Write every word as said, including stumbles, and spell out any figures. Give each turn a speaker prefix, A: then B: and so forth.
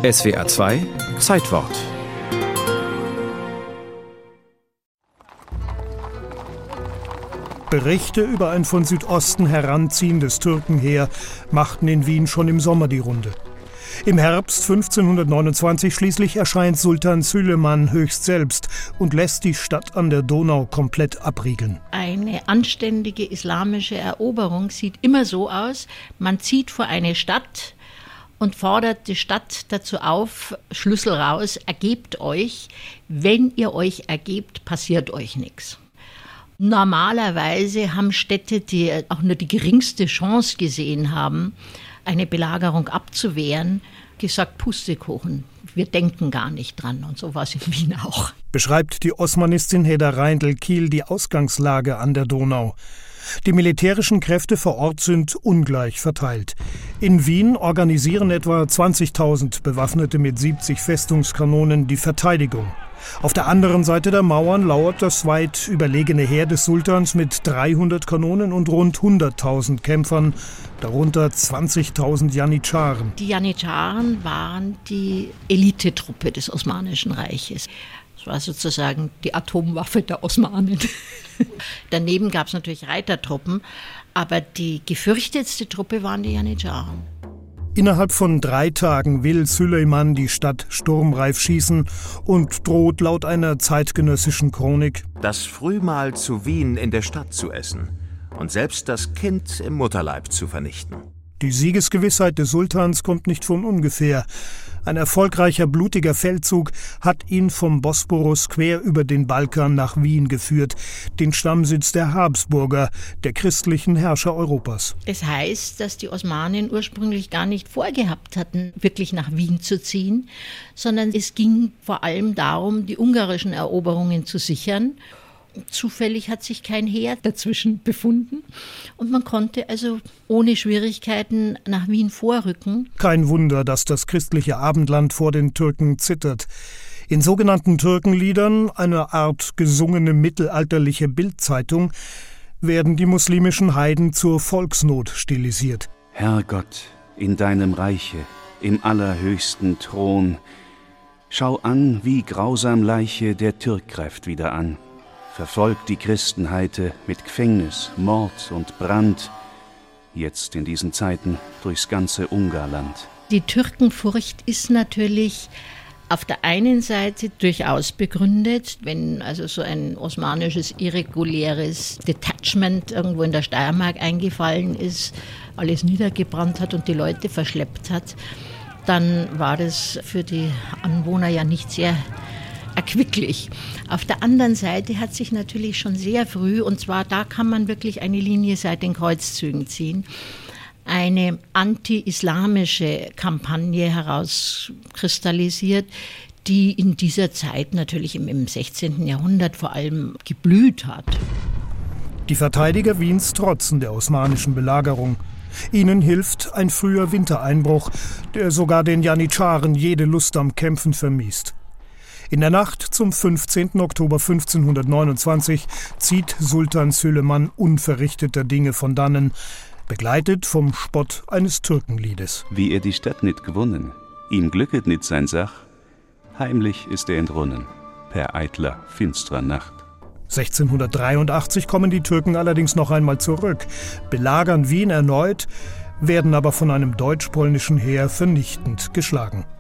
A: S W R zwei Zeitwort.
B: Berichte über ein von Südosten heranziehendes Türkenheer machten in Wien schon im Sommer die Runde. Im Herbst fünfzehnhundertneunundzwanzig schließlich erscheint Sultan Süleyman höchst selbst und lässt die Stadt an der Donau komplett abriegeln.
C: Eine anständige islamische Eroberung sieht immer so aus, man zieht vor eine Stadt und fordert die Stadt dazu auf, Schlüssel raus, ergebt euch. Wenn ihr euch ergebt, passiert euch nichts. Normalerweise haben Städte, die auch nur die geringste Chance gesehen haben, eine Belagerung abzuwehren, gesagt, Pustekuchen, wir denken gar nicht dran. Und so war es in Wien auch.
B: Beschreibt die Osmanistin Hedda Reindl-Kiel die Ausgangslage an der Donau. Die militärischen Kräfte vor Ort sind ungleich verteilt. In Wien organisieren etwa zwanzigtausend Bewaffnete mit siebzig Festungskanonen die Verteidigung. Auf der anderen Seite der Mauern lauert das weit überlegene Heer des Sultans mit dreihundert Kanonen und rund hunderttausend Kämpfern, darunter zwanzigtausend Janitscharen.
C: Die Janitscharen waren die Elitetruppe des Osmanischen Reiches. Das war sozusagen die Atomwaffe der Osmanen. Daneben gab es natürlich Reitertruppen, aber die gefürchtetste Truppe waren die Janitscharen.
B: Innerhalb von drei Tagen will Süleyman die Stadt sturmreif schießen und droht laut einer zeitgenössischen Chronik,
D: das Frühmahl zu Wien in der Stadt zu essen und selbst das Kind im Mutterleib zu vernichten.
B: Die Siegesgewissheit des Sultans kommt nicht von ungefähr. Ein erfolgreicher, blutiger Feldzug hat ihn vom Bosporus quer über den Balkan nach Wien geführt, den Stammsitz der Habsburger, der christlichen Herrscher Europas.
C: Es heißt, dass die Osmanen ursprünglich gar nicht vorgehabt hatten, wirklich nach Wien zu ziehen, sondern es ging vor allem darum, die ungarischen Eroberungen zu sichern. Zufällig hat sich kein Heer dazwischen befunden und man konnte also ohne Schwierigkeiten nach Wien vorrücken.
B: Kein Wunder, dass das christliche Abendland vor den Türken zittert. In sogenannten Türkenliedern, einer Art gesungene mittelalterliche Bildzeitung, werden die muslimischen Heiden zur Volksnot stilisiert.
E: Herrgott, in deinem Reiche, im allerhöchsten Thron, schau an, wie grausam Leiche der Türk greift wieder an. Verfolgt die Christenheite mit Gefängnis, Mord und Brand, jetzt in diesen Zeiten durchs ganze Ungarland.
C: Die Türkenfurcht ist natürlich auf der einen Seite durchaus begründet, wenn also so ein osmanisches irreguläres Detachment irgendwo in der Steiermark eingefallen ist, alles niedergebrannt hat und die Leute verschleppt hat, dann war das für die Anwohner ja nicht sehr erquicklich. Auf der anderen Seite hat sich natürlich schon sehr früh, und zwar da kann man wirklich eine Linie seit den Kreuzzügen ziehen, eine anti-islamische Kampagne herauskristallisiert, die in dieser Zeit natürlich im, im sechzehnten Jahrhundert vor allem geblüht hat.
B: Die Verteidiger Wiens trotzen der osmanischen Belagerung. Ihnen hilft ein früher Wintereinbruch, der sogar den Janitscharen jede Lust am Kämpfen vermiest. In der Nacht zum fünfzehnten Oktober fünfzehnhundertneunundzwanzig zieht Sultan Süleyman unverrichteter Dinge von dannen, begleitet vom Spott eines Türkenliedes.
E: Wie er die Stadt nicht gewonnen, ihm glücket nicht sein Sach, heimlich ist er entrunnen, per eitler, finstrer Nacht.
B: sechzehnhundertdreiundachtzig kommen die Türken allerdings noch einmal zurück, belagern Wien erneut, werden aber von einem deutsch-polnischen Heer vernichtend geschlagen.